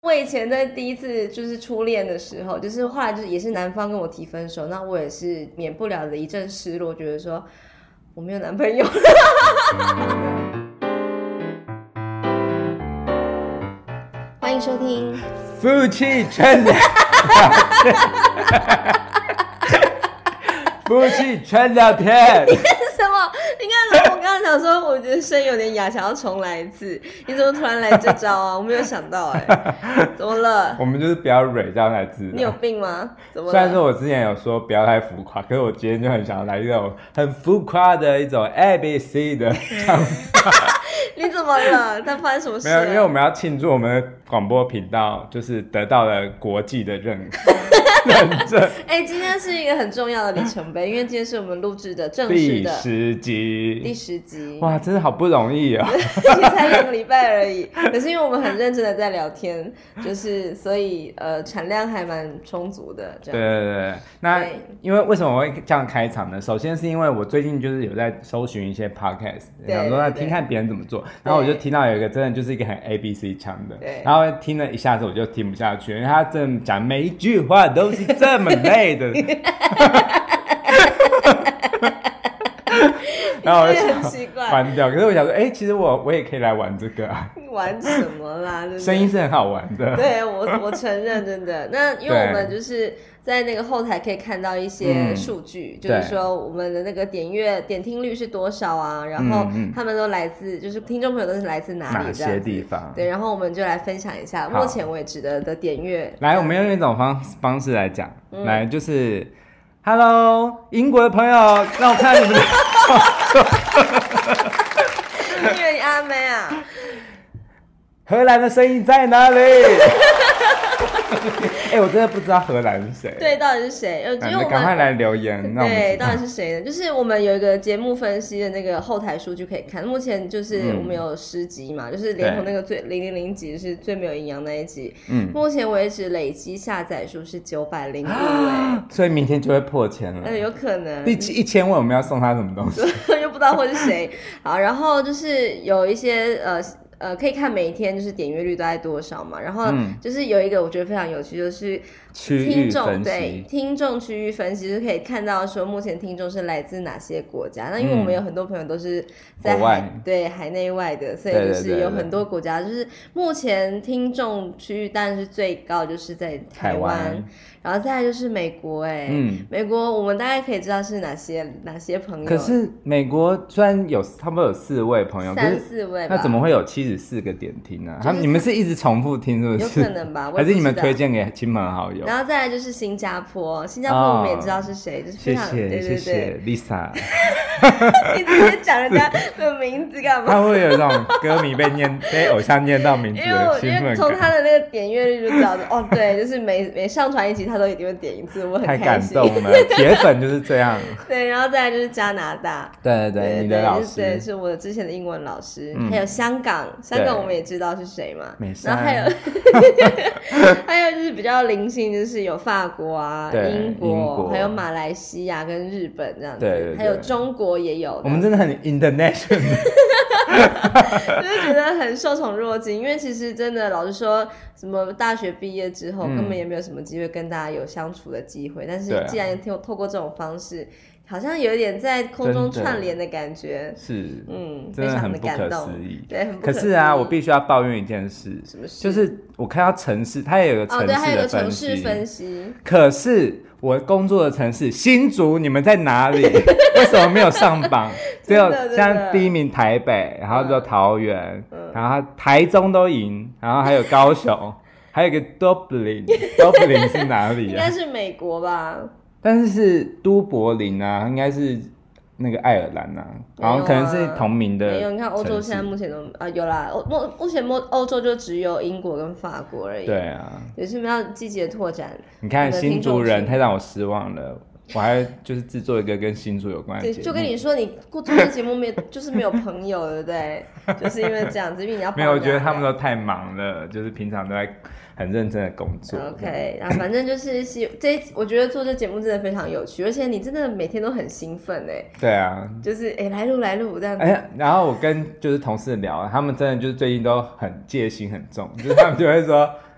我以前在第一次就是初恋的时候，就是后来就是也是男方跟我提分手，那我也是免不了的一阵失落，觉得说我没有男朋友。欢迎收听夫妻纯聊夫妻纯聊天。 什么？你看，我刚刚想说，我觉得声音有点哑，想要重来一次。你怎么突然来这招啊？我没有想到怎么了？ 我们就是不要蕊这样才知道。 你有病吗？怎么了？ 虽然说我之前有说不要太浮夸，可是我今天就很想要来一种很浮夸的一种 ABC 的唱法。 你怎么了？他发生什么事了？ 没有，因为我们要庆祝我们的广播频道就是得到了国际的认证。 今天是一个很重要的里程碑，因为今天是我们录制的正式的第10集。 哇，真的好不容易啊！ 才2个礼拜而已，可是因为我们很认真的在聊天，就是所以产量还蛮充足的。这样对，那因为什么我会这样开场呢？首先是因为我最近就是有在搜寻一些 podcast， 想说听看别人怎么做，然后我就听到有一个真的就是一个很 ABC 腔的，然后听了一下子我就听不下去，因为他真的讲每一句话都是这么累的。然后我就很奇怪关掉，可是我想说其实我也可以来玩这个啊。 玩什么啦？ 声音是很好玩的。 对，我承认，真的。那因为我们就是在那个后台可以看到一些数据，就是说我们的那个点听率是多少啊，然后他们都来自就是听众朋友都是来自哪些地方。 对，然后我们就来分享一下目前为止的点阅。 来，我们用一种方式来讲，来就是Hello， 英国的朋友，让我看你们的因为你阿妹啊， 荷兰的声音在哪里？我真的不知道荷兰是谁。 对，到底是谁？ 赶快来留言。 对，到底是谁呢？就是我们有一个节目分析的那个后台数据可以看，目前就是我们有10集嘛，就是连同那个最000集是最没有营养那一集，目前为止累积下载数是905位， 所以明天就会破1000了。 有可能。 第1000位我们要送他什么东西？ 又不知道会是谁。好，然后就是有一些可以看每一天就是点阅率大概多少嘛，然后就是有一个我觉得非常有趣，就是听众区域分析，就是可以看到说目前听众是来自哪些国家。那因为我们有很多朋友都是在海内外的，所以就是有很多国家，就是目前听众区域当然是最高，就是在台湾。然后再来就是美国，美国我们大概可以知道是哪些朋友。 可是美国虽然差不多有4位朋友 ，3-4位吧， 那怎么会有74个点听呢？你们是一直重复听是不是？ 有可能吧， 还是你们推荐给亲朋好友？ 然后再来就是新加坡我们也知道是谁，就是非常谢谢 Lisa。 你直接讲人家的名字干嘛？ 他会有这种歌迷被偶像念到名字的兴奋感。 因为从他的那个点阅率就知道对，就是每上传一集他都一定会点一次，我很开心。 太感动了，铁粉就是这样。 对，然后再来就是加拿大， 对，你的老师， 对，是我之前的英文老师，还有香港我们也知道是谁嘛。然后还有就是比较零星，就是有法国啊、英国，还有马来西亚跟日本这样子，对，还有中国也有。 我们真的很 international。 就是觉得很受宠若惊，因为其实真的老实说，什么大学毕业之后根本也没有什么机会跟大家有相处的机会，但是既然透过这种方式，好像有一点在空中串联的感觉， 是， 非常的感动，对，很不可思议。 可是啊，我必须要抱怨一件事， 什么事？ 就是我看到城市，它也有个城市的分析， 还有个城市分析， 可是我工作的城市新竹，你们在哪里？为什么没有上榜？只有像第1名台北，然后就桃园，然后台中都赢，然后还有高雄，还有一个 Dublin 是哪里啊？ 应该是美国吧？ 但是都柏林啊，应该是那个爱尔兰啊，然后可能是同名的。 没有，你看欧洲现在目前都有啦，目前欧洲就只有英国跟法国而已。 对啊， 也是要积极的拓展。 你看新竹人太让我失望了。我还就是制作一个跟新竹有关的节目， 就跟你说，你做这节目就是没有朋友，对不对？就是因为这样子，因为你要没有，我觉得他们都太忙了，就是平常都在很认真的工作。 OK， 然后反正就是我觉得做这节目真的非常有趣，而且你真的每天都很兴奋对啊， 就是来录这样子。 然后我跟就是同事聊，他们真的就是最近都很戒心很重，就是他们就会说。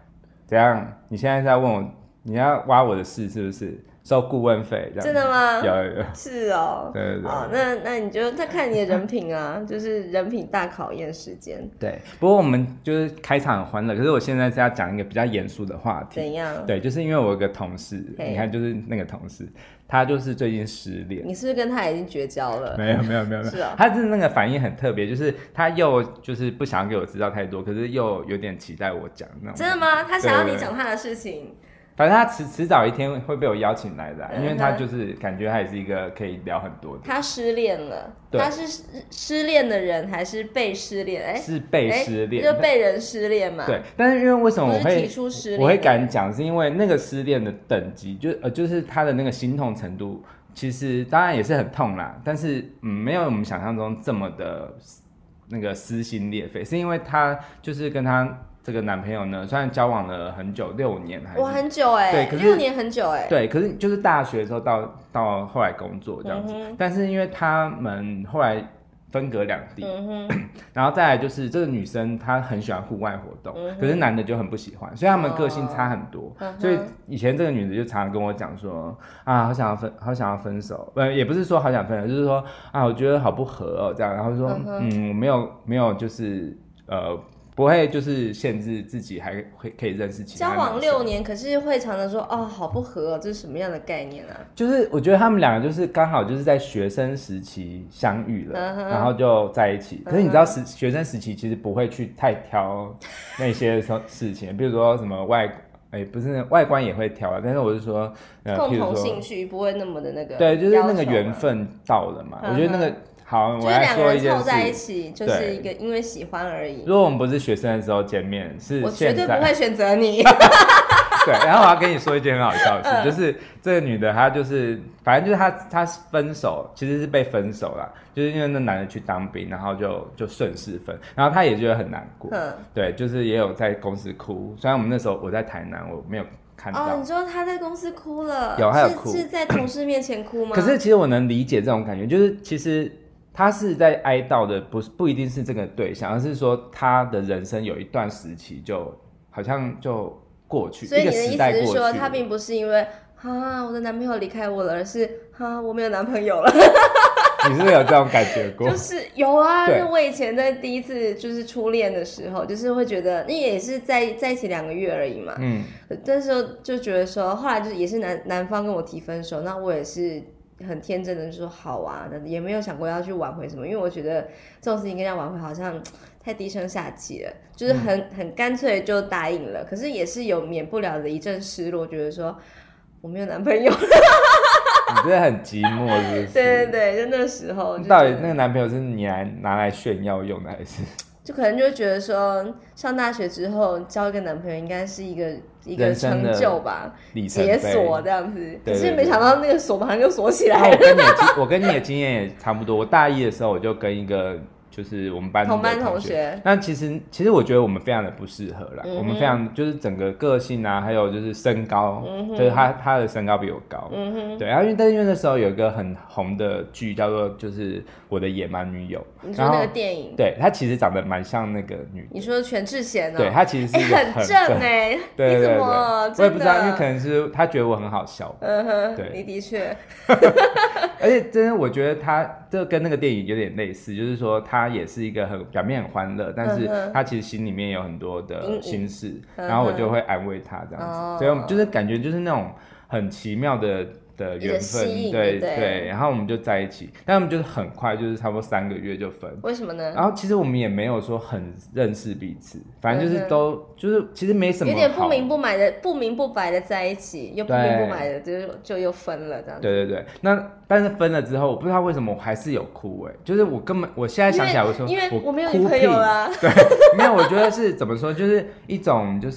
怎样？你现在在问我，你要挖我的事是不是？收顾问费？ 真的吗？ 有。 是哦。 对。 好，那你就再看你的人品啊，就是人品大考验时间。 对，不过我们就是开场很欢乐，可是我现在是要讲一个比较严肃的话题。 怎样？ 对，就是因为我有个同事，你看就是那个同事，他就是最近失恋。 你是不是跟他已经绝交了？ 没有。 是啊。 他是那个反应很特别，就是他又就是不想给我知道太多，可是又有点期待我讲那种。 真的吗？他想要你讲他的事情？ 反正他迟早一天会被我邀请来的，因为他就是感觉他也是一个可以聊很多的。 他失恋了，他是失恋的人还是被失恋？ 是被失恋， 就被人失恋嘛。 对，但是因为为什么我会提出失恋， 我会敢讲，是因为那个失恋的等级，就是他的那个心痛程度，其实当然也是很痛啦，但是没有我们想象中这么的那个撕心裂肺，是因为他就是跟他这个男朋友呢，虽然交往了很久，6年还是很久对，可是6年很久对，可是就是大学的时候到后来工作这样子，但是因为他们后来分隔两地，然后再来就是这个女生她很喜欢户外活动，可是男的就很不喜欢，所以他们个性差很多，所以以前这个女的就常常跟我讲说啊，好想要分手，也不是说好想分手，就是说啊，我觉得好不合哦这样，然后说我没有就是不会就是限制自己，还会可以认识其他人。 交往6年，可是会常常说哦，好不合哦，这是什么样的概念啊？ 就是我觉得他们两个就是刚好就是在学生时期相遇了，然后就在一起。可是你知道学生时期其实不会去太挑那些事情，比如说什么不是外观也会挑，但是我是说共同兴趣不会那么的那个， 对，就是那个缘分到了嘛。我觉得那个。好，我来说一件事， 就是2个人凑在一起，就是一个因为喜欢而已。 如果我们不是学生的时候见面，是我绝对不会选择你。 对，然后我要跟你说一件很好笑的事，就是这个女的她就是反正就是她分手，其实是被分手啦，就是因为那男的去当兵，然后就顺势分，然后她也觉得很难过，对，就是也有在公司哭。虽然我们那时候我在台南，我没有看到。 你说她在公司哭了？ 有，她有哭， 是在同事面前哭吗？ 可是其实我能理解这种感觉，就是其实。他是在哀悼的，不一定是这个对象，而是说他的人生有一段时期就好像就过去， 所以你的意思是说，他并不是因为我的男朋友离开我了，而是我没有男朋友了。 你是不是有这种感觉过？ 就是有啊，因为我以前在第一次就是初恋的时候，就是会觉得，因为也是在一起2个月而已嘛，那时候就觉得说，后来就也是男方跟我提分手，那我也是。很天真的就说好啊，也没有想过要去挽回什么，因为我觉得这种事情跟人家挽回好像太低声下气了，就是很干脆就答应了，可是也是有免不了的一阵失落，觉得说我没有男朋友。 你觉得很寂寞是不是？ 对，就那时候到底那个男朋友是你拿来炫耀用的还是？ 就可能就觉得说上大学之后交一个男朋友应该是一个成就吧，解锁这样子。可是没想到那个锁马上就锁起来了。 我跟你的经验也差不多。我大一的时候我就跟一个就是我们班的同班同学， 那其实我觉得我们非常的不适合啦。我们非常就是整个个性啊，还有就是身高，就是他的身高比我高，对。然后但是因为那时候有一个很红的剧叫做就是我的野蛮女友， 你说那个电影， 对，她其实长得蛮像那个女的。 你说全智贤对，她其实是一个很正对，你怎么我也不知道，因为可能是她觉得我很好笑，对， 你的确。 而且真的我觉得她这跟那个电影有点类似，就是说她也是一个表面很欢乐，但是她其实心里面有很多的心事，然后我就会安慰她这样子，所以我们就是感觉就是那种很奇妙的缘分，对，然后我们就在一起，但我们就是很快，就是差不多3个月就分。 为什么呢？ 然后其实我们也没有说很认识彼此，反正就是就是其实没什么好， 有点不明不白的在一起，又不明不白的就又分了这样子。 对，那但是分了之后，我不知道为什么我还是有哭就是我现在想起来，我说因为我没有女朋友啦， 对，没有，我觉得是怎么说，就是一种就是。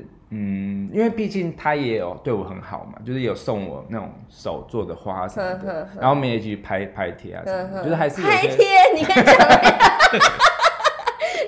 因为毕竟他也有对我很好嘛，就是有送我那种手做的花什么的，然后我们也一起拍贴啊什么的，就是还是拍贴，你看讲的，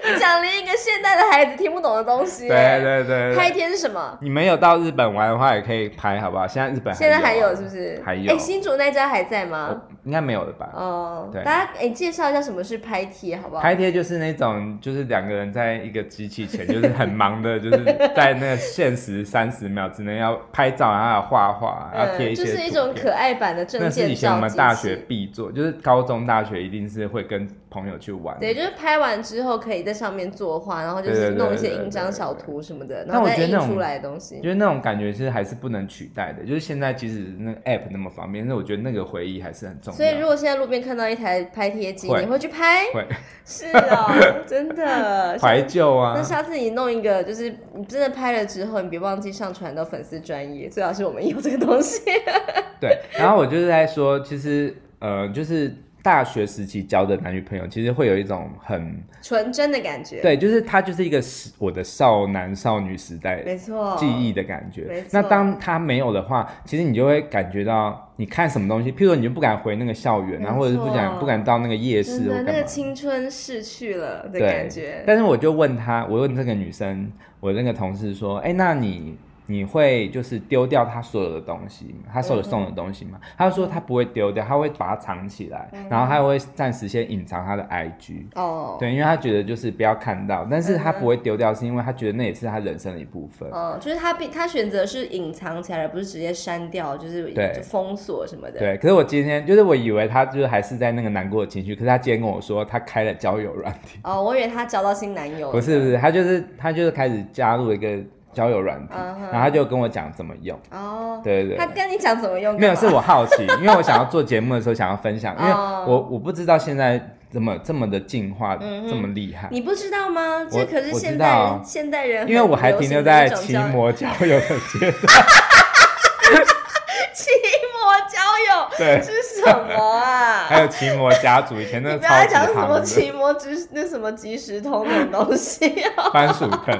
你讲了一个现代的孩子听不懂的东西。 对， 拍贴是什么？ 你们有到日本玩的话，也可以拍，好不好？现在日本现在还有是不是？ 还有。 新竹那家还在吗？ 应该没有了吧？ 对，大家介绍一下什么是拍贴，好不好？ 拍贴就是那种，就是两个人在一个机器前，就是很忙的，就是在那个限时30秒之内要拍照，然后要画画，要贴一些。 就是一种可爱版的证件照。 那是以前我们大学必做，就是高中、大学一定是会跟朋友去玩。 对，就是拍完之后可以在上面作画，然后就是弄一些印章小图什么的，然后再印出来的东西。 觉得那种感觉是还是不能取代的，就是现在即使那个 app 那么方便，但是我觉得那个回忆还是很重要。 所以如果现在路边看到一台拍贴机，你会去拍？ 会。 是哦，真的怀旧啊。 那下次你弄一个，就是你真的拍了之后，你别忘记上传到粉丝专页，最好是我们有这个东西。 对，然后我就是在说，其实就是大学时期交的男女朋友，其实会有一种很纯真的感觉。 对，就是他就是一个我的少男少女时代没错记忆的感觉。 没错。 那当他没有的话，其实你就会感觉到，你看什么东西，譬如说你就不敢回那个校园啊，或者是不敢到那个夜市， 真的那个青春逝去了的感觉。 但是我就问他，我问这个女生，我那个同事说，那你会就是丢掉他所有的东西，他所有送的东西吗？他就说他不会丢掉，他会把它藏起来，然后他会暂时先隐藏他的 IG。对，因为他觉得就是不要看到，但是他不会丢掉，是因为他觉得那也是他人生的一部分。 就是他选择是隐藏起来，而不是直接删掉，就是封锁什么的。 对，可是我今天就是我以为他就是还是在那个难过的情绪，可是他今天跟我说他开了交友软体。 我以为他交到新男友了。 不是，他就是开始加入一个交友软体，然后他就跟我讲怎么用。对， 他跟你讲怎么用？ 没有，是我好奇，因为我想要做节目的时候想要分享，因为我不知道现在这么的进化，这么厉害。 你不知道吗？这可是现代人， 因为我还停留在奇摩交友的阶段。 奇摩交友对是什么啊？ 还有奇摩家族，以前那个超级夯的。 你不要讲什么奇摩那什么即时通那种东西啊。 番薯藤。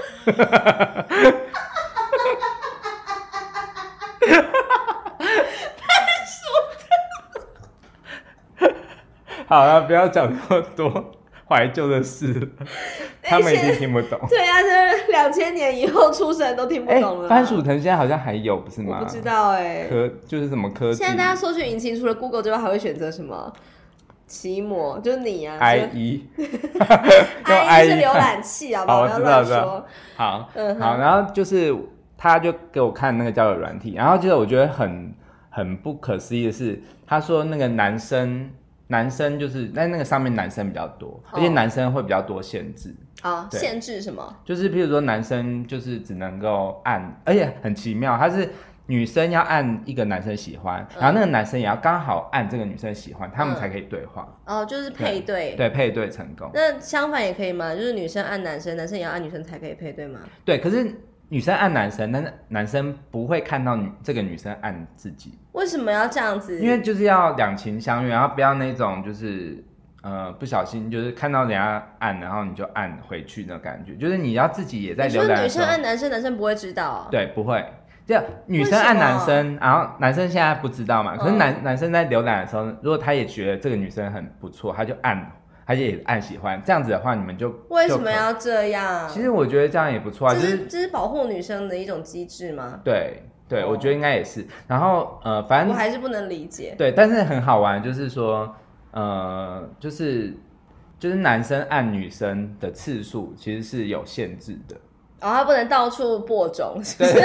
好了，不要讲那么多怀旧的事了，他们已经听不懂。 对啊，这2000年以后出生都听不懂了。 番薯藤现在好像还有，不是吗？ 我不知道就是什么科技。 现在大家搜寻引擎除了 Google 之外，还会选择什么？奇摩，就是你啊。 IE 是浏览器啊， 好，我知道。 好， 好，然后就是他就给我看那个交友软体，然后就是我觉得很不可思议的是，他说那个男生就是在那个上面男生比较多，而且男生会比较多限制。 限制什么？ 就是譬如说男生就是只能够按，而且很奇妙，他是女生要按一个男生喜欢，然后那个男生也要刚好按这个女生喜欢，他们才可以对话。 就是配对。 对，配对成功。 那相反也可以吗？就是女生按男生，男生也要按女生才可以配对吗？ 对，可是女生按男生，但是男生不会看到这个女生按自己。 为什么要这样子？ 因为就是要两情相悦，然后不要那种就是不小心就是看到人家按，然后你就按回去的感觉，就是你要自己也在浏览的时候。 女生按男生，男生不会知道。 对，不会。就女生按男生，然后男生现在不知道嘛，可是男生在浏览的时候，如果他也觉得这个女生很不错，他就按。他也按喜欢，这样子的话，你们就为什么要这样？ 其实我觉得这样也不错啊， 这是保护女生的一种机制吗？ 对，我觉得应该也是。然后反正我还是不能理解。 对，但是很好玩，就是说就是男生按女生的次数其实是有限制的。 他不能到处播种，是不是？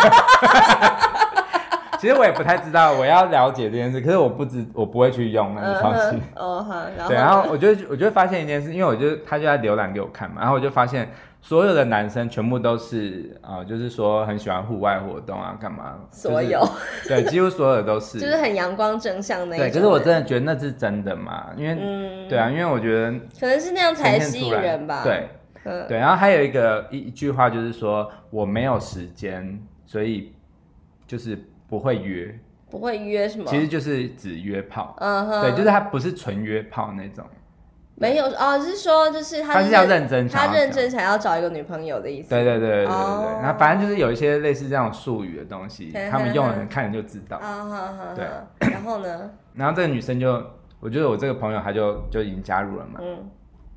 其实我也不太知道，我要了解这件事，可是我不会去用，那你放心。对，然后我就发现一件事，因为他就在浏览给我看嘛，然后我就发现所有的男生全部都是就是说很喜欢户外活动啊，干嘛？ 所有、 对，几乎所有的都是， 就是很阳光正向那一种。 对，可是我真的觉得那是真的嘛，因为对啊，因为我觉得可能是那样才吸引人吧。 对。对，然后还有一句话就是说我没有时间，所以就是不会约什么？其实就是只约炮。对，就是他不是纯约炮那种。 没有是说就是他是要认真， 他认真想要找一个女朋友的意思。 对。然后反正就是有一些类似这样术语的东西，他们用的人看人就知道。对。 然后呢？ 然后这个女生我觉得我这个朋友他就已经加入了嘛。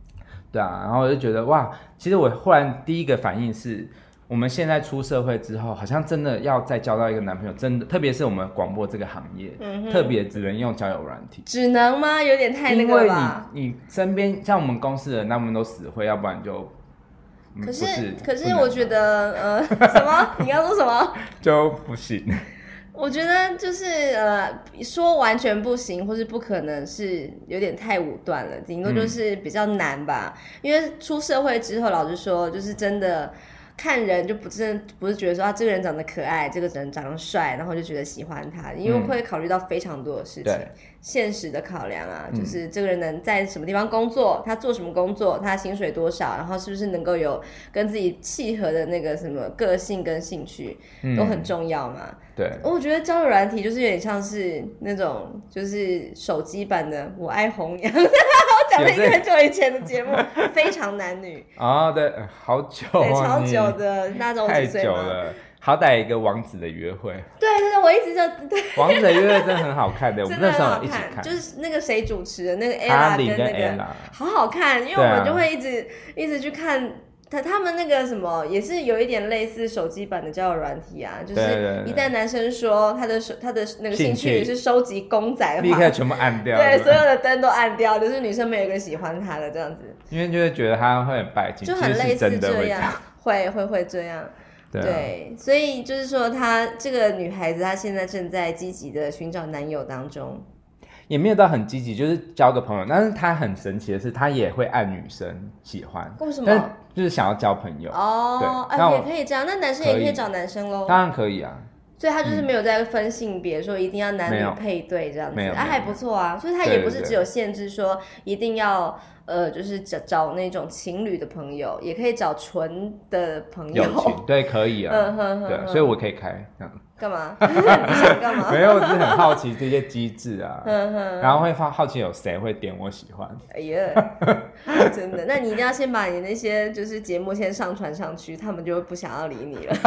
对啊，然后我就觉得哇，其实我忽然第一个反应是，我们现在出社会之后，好像真的要再交到一个男朋友，真的，特别是我们广播这个行业，特别只能用交友软体。 只能吗？有点太那个吧。 因为你身边像我们公司的人，他们都死会，要不然就。 可是我觉得什么？你刚刚说什么？ 就不行。 我觉得就是说完全不行或是不可能是有点太武断了，顶多就是比较难吧。因为出社会之后，老实说，就是真的看人就不是觉得说这个人长得可爱，这个人长得帅，然后就觉得喜欢他，因为会考虑到非常多的事情，现实的考量啊，就是这个人能在什么地方工作，他做什么工作，他薪水多少，然后是不是能够有跟自己契合的那个什么个性跟兴趣，都很重要嘛。 对， 我觉得交友软体就是有点像是那种就是手机版的我爱红娘。我讲了一个很久以前的节目，非常男女啊，对，好久对，超久的那种太久了，好歹一个王子的约会。 对，我一直就对王子的约会真的很好看的，我们那时候一起看， 就是那个谁主持的那个 Ella 跟那个好好看，因为我们就会一直去看。他们那个什么也是有一点类似手机版的交友软体啊，就是一旦男生说他的那个兴趣是收集公仔的话， 立刻全部按掉， 对，所有的灯都按掉，就是女生没有一个喜欢他的这样子， 因为就会觉得他会很拜金， 就很类似这样，会这样。对，所以就是说，她这个女孩子，她现在正在积极的寻找男友当中。 也没有到很积极，就是交个朋友。但是她很神奇的是，她也会按女生喜欢。 为什么？ 但就是想要交朋友。 哦，也可以这样。那男生也可以找男生咯。 当然可以啊。 所以他就是没有在分性别，说一定要男女配对这样子，还不错啊。所以他也不是只有限制说一定要就是找那种情侣的朋友，也可以找纯的朋友。 友情，对，可以啊。对，所以我可以开这样。 干嘛？你想干嘛？ 没有，我只是很好奇这些机制啊，然后会好奇有谁会点我喜欢。 哎呀，真的，那你一定要先把你那些就是节目先上传上去，他们就会不想要理你了。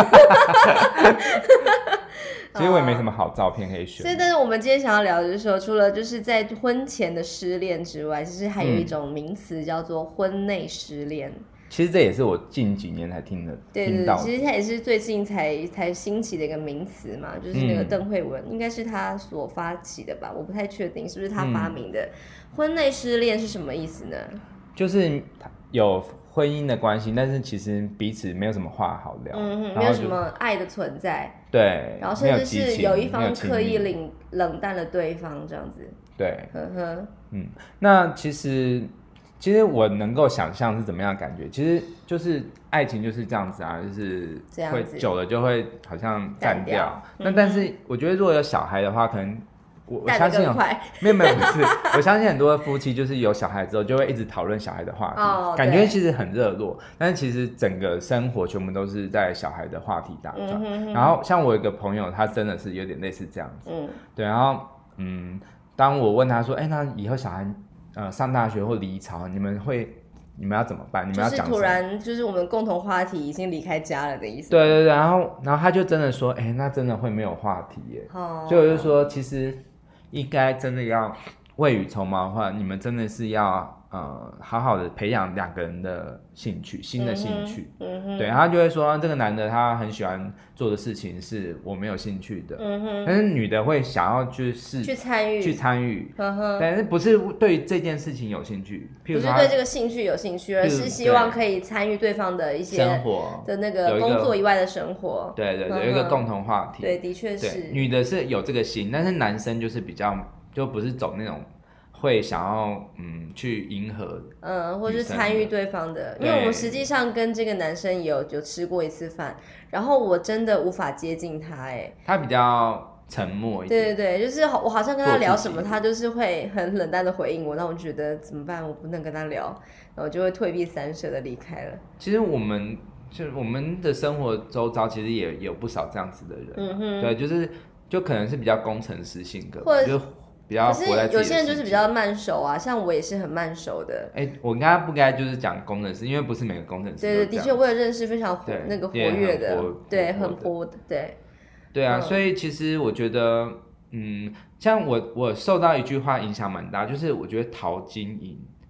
其实我也没什么好照片可以选。 所以，但是我们今天想要聊的就是说，除了就是在婚前的失恋之外，其实还有一种名词叫做婚内失恋。 其实这也是我近几年才听到的。 对，其实它也是最近才兴起的一个名词嘛，就是那个邓慧文，应该是他所发起的吧，我不太确定是不是他发明的。婚内失恋是什么意思呢？ 就是有婚姻的关系，但是其实彼此没有什么话好聊， 没有什么爱的存在， 对， 然后甚至是有一方刻意冷淡了对方这样子， 对，那其实我能够想象是怎么样的感觉，其实就是爱情就是这样子啊，就是会久了就会好像淡掉。那但是我觉得如果有小孩的话，可能我相信没有不是，我相信很多夫妻就是有小孩之后就会一直讨论小孩的话题，感觉其实很热络，但是其实整个生活全部都是在小孩的话题打转。然后像我有一个朋友，他真的是有点类似这样子，对，然后当我问他说，那以后小孩上大学或离巢，你们要怎么办？你们要讲什么？ 就是突然就是我们共同话题已经离开家了的意思。 对，然后他就真的说，那真的会没有话题耶。所以我就说，其实应该真的要未雨绸缪的话，你们真的是要好好的培养两个人的兴趣，新的兴趣。对，他就会说这个男的他很喜欢做的事情是我没有兴趣的，但是女的会想要去参与，但是不是对这件事情有兴趣，譬如说不是对这个兴趣有兴趣，而是希望可以参与对方的一些生活的那个工作以外的生活。 对，有一个共同话题。 对，的确是。 女的是有这个心，但是男生就是比较就不是走那种。会想要去迎合或是参与对方的，因为我们实际上跟这个男生有吃过一次饭，然后我真的无法接近他， 他比较沉默一点， 对，就是我好像跟他聊什么，他就是会很冷淡的回应我，那我觉得怎么办？我不能跟他聊，然后我就会退避三舍的离开了。 其实我们的生活周遭其实也有不少这样子的人，对，就可能是比较工程师性格，或者就。可是有些人就是比较慢熟啊，像我也是很慢熟的。 我刚刚不该就是讲工程师，因为不是每个工程师。 对，的确我也认识非常那个活跃的，对，很活的，对。 对啊，所以其实我觉得，像我受到一句话影响蛮大，就是我觉得陶晶莹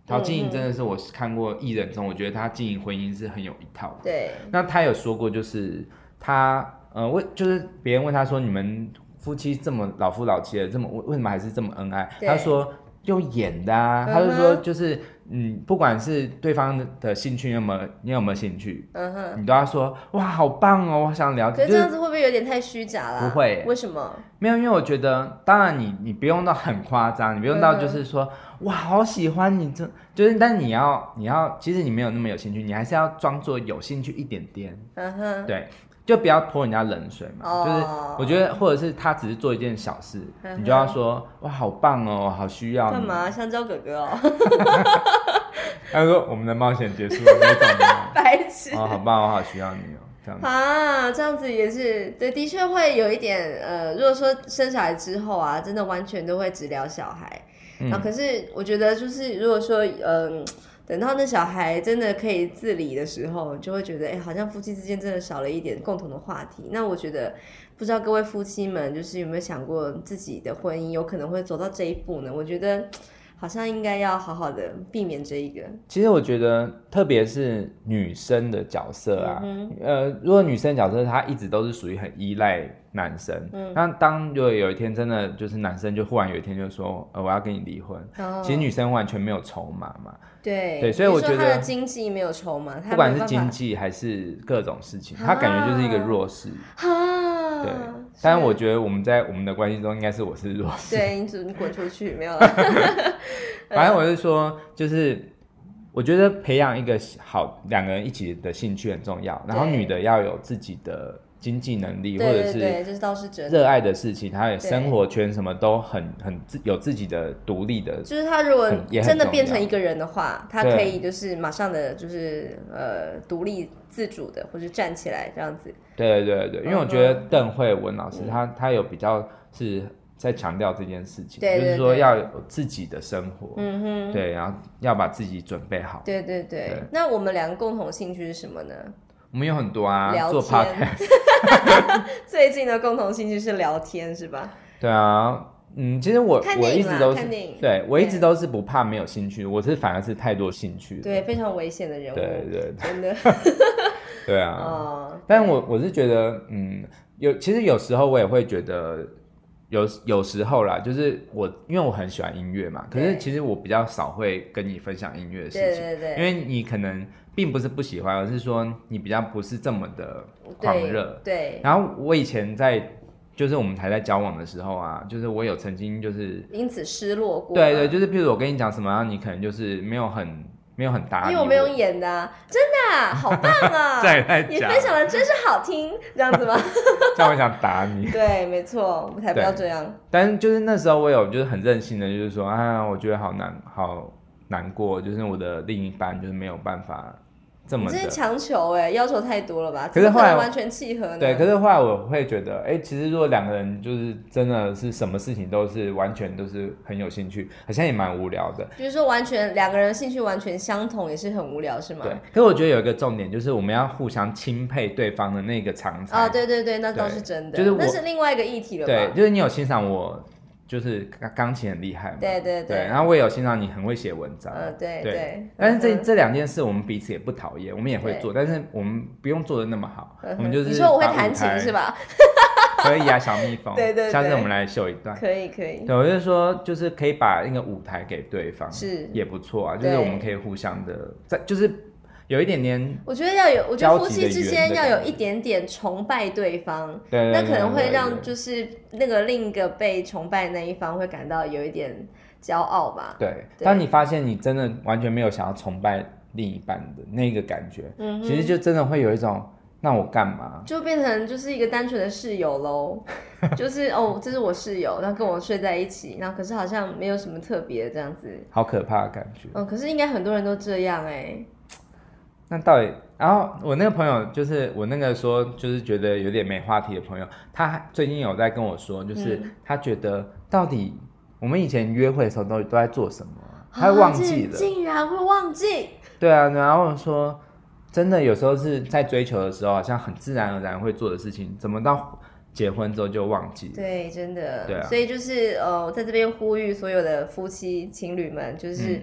陶晶莹真的是我看过艺人中，我觉得他经营婚姻是很有一套的。 对， 那他有说过，就是他就是别人问他说，你们夫妻这么老夫老妻了，为什么还是这么恩爱？他说用演的啊，他就说就是不管是对方的兴趣你有没有兴趣，你都要说哇好棒哦，我想了解。 可是这样子会不会有点太虚假啦？ 不会， 为什么？ 没有，因为我觉得，当然你不用到很夸张，你不用到就是说哇好喜欢你就是但你要，其实你没有那么有兴趣，你还是要装作有兴趣一点点，对。就不要泼人家冷水嘛，就是我觉得，或者是他只是做一件小事，你就要说哇好棒哦，好需要你。 干嘛？香蕉哥哥哦。 他说我们的冒险结束了，那种白痴。 好棒，我好需要你哦，这样子啊，这样子也是对，的确会有一点如果说生小孩之后啊，真的完全都会只聊小孩，可是我觉得就是如果说等到那小孩真的可以自理的时候，就会觉得好像夫妻之间真的少了一点共同的话题。那我觉得不知道各位夫妻们就是有没有想过自己的婚姻有可能会走到这一步呢？我觉得好像应该要好好的避免这一个。其实我觉得特别是女生的角色啊，如果女生角色她一直都是属于很依赖男生，那当如果有一天真的就是男生就忽然有一天就说我要跟你离婚，其实女生完全没有筹码嘛。 对， 所以我觉得他的经济没有筹码， 不管是经济还是各种事情，他感觉就是一个弱势。对，但是我觉得我们在我们的关系中，应该是我是弱势。 对，你滚出去，没有了。 反正我是说，就是我觉得培养一个好两个人一起的兴趣很重要，然后女的要有自己的经济能力，或者是这倒是真的热爱的事情，她有生活圈什么都很有自己的独立的。 就是她如果真的变成一个人的话，她可以就是马上的就是独立自主的，或是站起来这样子。对， 因为我觉得邓慧文老师她有比较是在强调这件事情，就是说要有自己的生活，对，然后要把自己准备好。 对。那我们两个共同兴趣是什么呢？ 我们有很多啊，做 podcast。 最近的共同兴趣是聊天，是吧？ 对啊，其实我一直都是对我一直都是不怕没有兴趣，我是反而是太多兴趣， 对，非常危险的人物， 对， 真的， 对啊。但我是觉得，其实有时候我也会觉得。有时候啦，就是因为我很喜欢音乐嘛，可是其实我比较少会跟你分享音乐的事情， 对， 因为你可能并不是不喜欢，而是说你比较不是这么的狂热， 对。 然后我以前就是我们还在交往的时候啊，就是我有曾经就是因此失落过， 对，就是譬如我跟你讲什么，然后你可能就是没有很搭理我， 因为我没有演的啊，真的啊，好棒啊！你分享的真是好听，这样子吗？ 这样我想打你。 对，没错，我才不要这样。 但是就是那时候我有就是很任性的，就是说我觉得好难过，就是我的另一半就是没有办法这么的。 你这是强求要求太多了吧？ 可是后来完全契合呢？ 对，可是后来我会觉得，其实如果两个人就是真的是什么事情都是完全都是很有兴趣，好像也蛮无聊的。 就是说完全两个人兴趣完全相同，也是很无聊，是吗？ 对。可是我觉得有一个重点就是我们要互相钦佩对方的那个长才。 对，那倒是真的。 就是那是另外一个议题了吧？ 对，就是你有欣赏我。就是钢琴很厉害嘛， 对， 然后我也有欣赏你很会写文章， 对。 但是这两件事我们彼此也不讨厌，我们也会做，但是我们不用做的那么好，我们就是你说我会弹琴是吧？ 可以啊，小蜜蜂， 对， 下次我们来秀一段， 可以。 对，我就是说，就是可以把那个舞台给对方， 是也不错啊，就是我们可以互相的，就是有一点点， 我觉得夫妻之间要有一点点崇拜对方，那可能会让就是那个另一个被崇拜的那一方会感到有一点骄傲吧。 对，当你发现你真的完全没有想要崇拜另一半的那个感觉，其实就真的会有一种那我干嘛？ 就变成就是一个单纯的室友咯。就是这是我室友，然后跟我睡在一起，然后可是好像没有什么特别这样子， 好可怕的感觉。 可是应该很多人都这样那到底，然后我那个朋友就是我那个说就是觉得有点没话题的朋友，他最近有在跟我说，就是他觉得到底我们以前约会的时候都在做什么，他忘记了， 竟然会忘记。 对啊，然后说真的有时候是在追求的时候好像很自然而然会做的事情，怎么到结婚之后就忘记了。 对，真的。 对啊， 所以就是在这边呼吁所有的夫妻情侣们，就是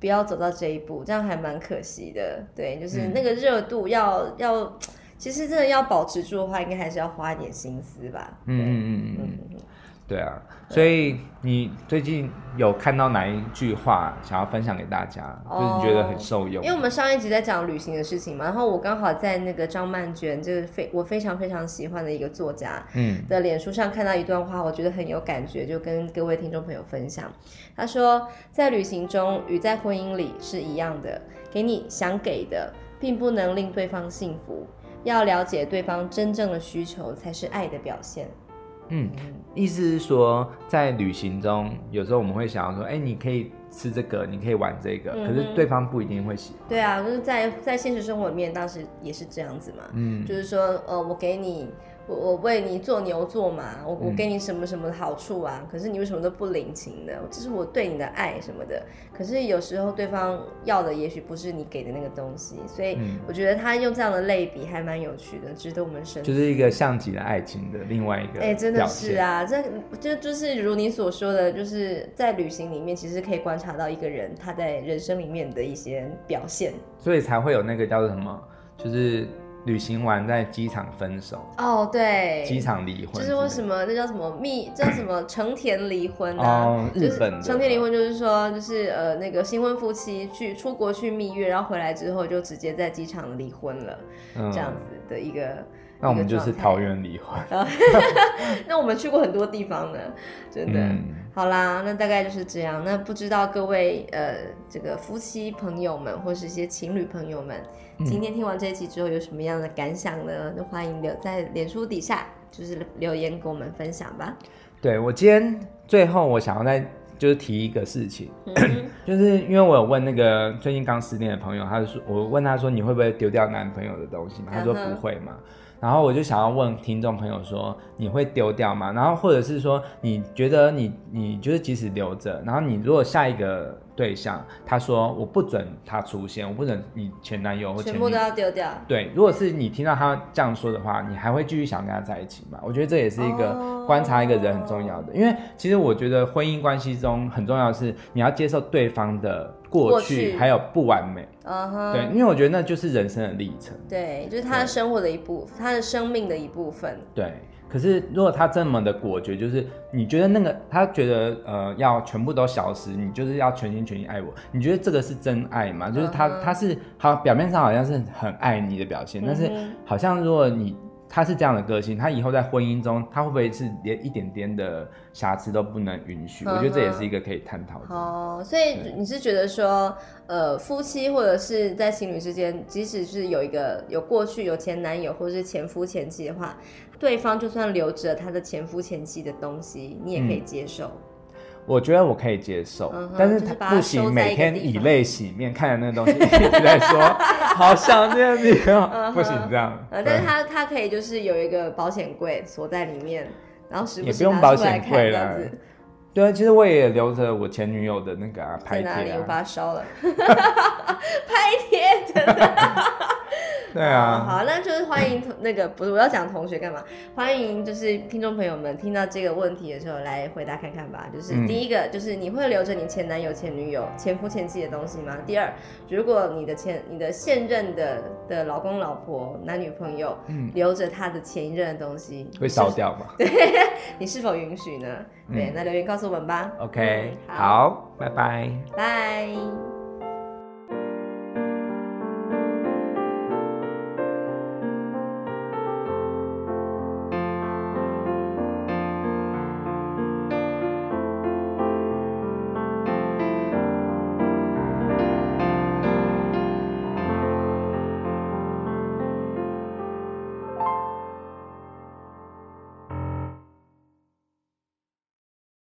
不要走到这一步，这样还蛮可惜的。对，就是那个热度要，其实真的要保持住的话，应该还是要花一点心思吧。 对啊，所以你最近有看到哪一句话想要分享给大家，就是你觉得很受用？ 因为我们上一集在讲旅行的事情嘛，然后我刚好在那个张曼娟，这个我非常非常喜欢的一个作家的脸书上看到一段话，我觉得很有感觉，就跟各位听众朋友分享。他说，在旅行中与在婚姻里是一样的，给你想给的，并不能令对方幸福，要了解对方真正的需求才是爱的表现。 意思是说，在旅行中，有时候我们会想要说，你可以吃这个，你可以玩这个，可是对方不一定会喜欢。 对啊，就是在现实生活里面，当时也是这样子嘛。就是说，我给你，我为你做牛做马，我给你什么什么的好处啊，可是你为什么都不领情呢？这是我对你的爱什么的。可是有时候对方要的也许不是你给的那个东西，所以我觉得他用这样的类比还蛮有趣的，值得我们深思。 就是一个像极了爱情的另外一个表现。 真的是啊，就是如你所说的，就是在旅行里面其实可以观察到一个人他在人生里面的一些表现， 所以才会有那个叫做什么，就是旅行完在机场分手。 对， 机场离婚， 就是为什么那叫什么叫什么成田离婚啊？ 日本的成田离婚就是说，就是那个新婚夫妻出国去蜜月，然后回来之后就直接在机场离婚了，这样子的一个。 那我们就是桃园离婚。 那我们去过很多地方呢，真的。好啦，那大概就是这样。那不知道各位这个夫妻朋友们或是一些情侣朋友们，今天听完这一期之后有什么样的感想呢？那欢迎留在脸书底下就是留言跟我们分享吧。 对，我今天最后我想要再就是提一个事情，就是因为我有问那个最近刚失恋的朋友，我问他说你会不会丢掉男朋友的东西嘛？他说不会嘛。然后我就想要问听众朋友说，你会丢掉吗？然后或者是说，你觉得你就是即使留着，然后你如果下一个对象他说我不准他出现，我不准你前男友或前女友全部都要丢掉。 对，如果是你听到他这样说的话，你还会继续想跟他在一起吗？我觉得这也是一个观察一个人很重要的，因为其实我觉得婚姻关系中很重要的是你要接受对方的过去还有不完美。对，因为我觉得那就是人生的历程。 对，就是他的生活的一部分，他的生命的一部分。 对，可是如果他这么的果决，就是你觉得那个他觉得要全部都消失，你就是要全心全意爱我，你觉得这个是真爱吗？就是他是好，表面上好像是很爱你的表现，但是好像如果他是这样的个性，他以后在婚姻中，他会不会是连一点点的瑕疵都不能允许？我觉得这也是一个可以探讨的。 所以你是觉得说，夫妻或者是在情侣之间，即使是有过去有前男友或者是前夫前妻的话，对方就算留着他的前夫前妻的东西，你也可以接受。 我觉得我可以接受，但是不行，每天以泪洗面，看着那个东西一直在说好想念你不行这样。 但是他可以就是有一个保险柜锁在里面，然后时不时也不用保险柜啦。对啊，其实我也留着我前女友的那个拍贴在哪里？我把它烧了。拍贴真的。 对啊， 好，那就是欢迎那个不是我要讲同学干嘛？欢迎就是听众朋友们听到这个问题的时候来回答看看吧。就是第一个，就是你会留着你前男友、前女友、前夫前妻的东西吗？第二，如果你的现任的老公老婆、男女朋友留着他的前一任的东西， 会烧掉吗？ 对，你是否允许呢？对，那留言告诉我们吧。 OK，好，拜拜， 拜。